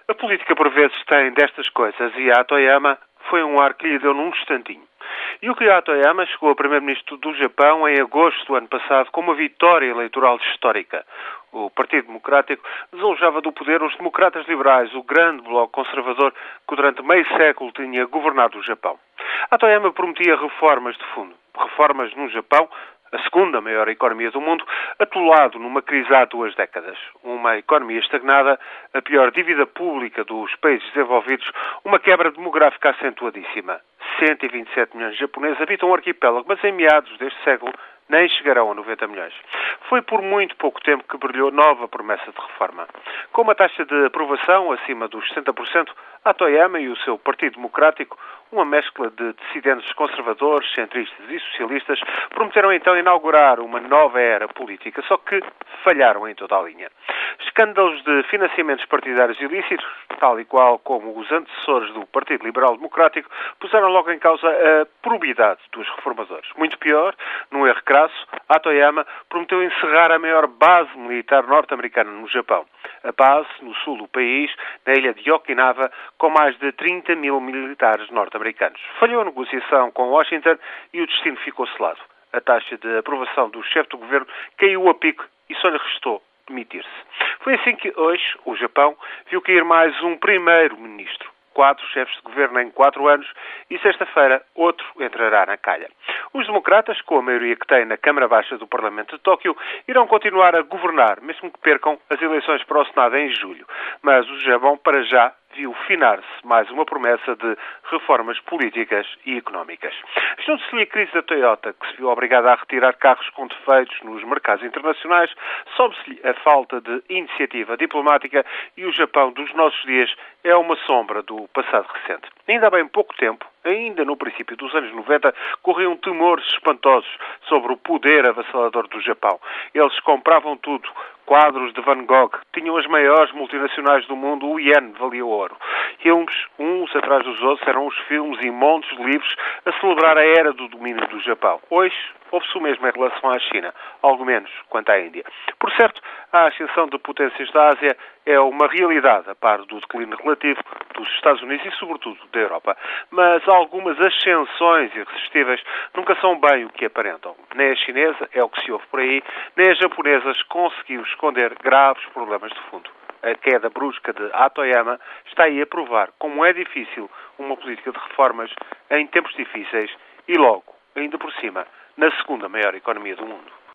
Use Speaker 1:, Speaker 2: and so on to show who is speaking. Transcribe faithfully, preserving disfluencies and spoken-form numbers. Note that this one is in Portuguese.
Speaker 1: A política por vezes tem destas coisas e a Hatoyama foi um ar que lhe deu num instantinho. Yukio Hatoyama chegou a primeiro-ministro do Japão em agosto do ano passado com uma vitória eleitoral histórica. O Partido Democrático desalojava do poder os democratas liberais, o grande bloco conservador que durante meio século tinha governado o Japão. Hatoyama prometia reformas de fundo. Reformas no Japão, a segunda maior economia do mundo, atolado numa crise há duas décadas. Uma economia estagnada, a pior dívida pública dos países desenvolvidos, uma quebra demográfica acentuadíssima. cento e vinte e sete milhões de japoneses habitam o arquipélago, mas em meados deste século nem chegarão a noventa milhões. Foi por muito pouco tempo que brilhou nova promessa de reforma. Com uma taxa de aprovação acima dos sessenta por cento, Hatoyama e o seu Partido Democrático, uma mescla de dissidentes conservadores, centristas e socialistas, prometeram então inaugurar uma nova era política, só que falharam em toda a linha. Escândalos de financiamentos partidários ilícitos, tal e qual como os antecessores do Partido Liberal Democrático, puseram logo em causa a probidade dos reformadores. Muito pior, num erro crasso, Hatoyama prometeu encerrar a maior base militar norte-americana no Japão. A base, no sul do país, na ilha de Okinawa, com mais de trinta mil militares norte-americanos. Falhou a negociação com Washington e o destino ficou selado. A taxa de aprovação do chefe do governo caiu a pico e só lhe restou demitir-se. Foi assim que hoje o Japão viu cair mais um primeiro-ministro. Quatro chefes de governo em quatro anos e sexta-feira outro entrará na calha. Os democratas, com a maioria que têm na Câmara Baixa do Parlamento de Tóquio, irão continuar a governar, mesmo que percam as eleições para o Senado em julho. Mas o Japão, para já, viu finar-se mais uma promessa de reformas políticas e económicas. Junto-se-lhe a crise da Toyota, que se viu obrigada a retirar carros com defeitos nos mercados internacionais, sobe-se-lhe a falta de iniciativa diplomática e o Japão dos nossos dias é uma sombra do passado recente. Ainda há bem pouco tempo, ainda no princípio dos anos noventa, corriam temores espantosos sobre o poder avassalador do Japão. Eles compravam tudo. Quadros de Van Gogh, tinham as maiores multinacionais do mundo, o iene valia ouro. Filmes, uns atrás dos outros, eram os filmes e montes de livros a celebrar a era do domínio do Japão. Hoje, houve-se o mesmo em relação à China, algo menos quanto à Índia. Por certo, a ascensão de potências da Ásia é uma realidade, a par do declínio relativo dos Estados Unidos e, sobretudo, da Europa. Mas algumas ascensões irresistíveis nunca são bem o que aparentam. Nem a chinesa, é o que se ouve por aí, nem as japonesas conseguiu esconder graves problemas de fundo. A queda brusca de Hatoyama está aí a provar como é difícil uma política de reformas em tempos difíceis e logo, ainda por cima, na segunda maior economia do mundo.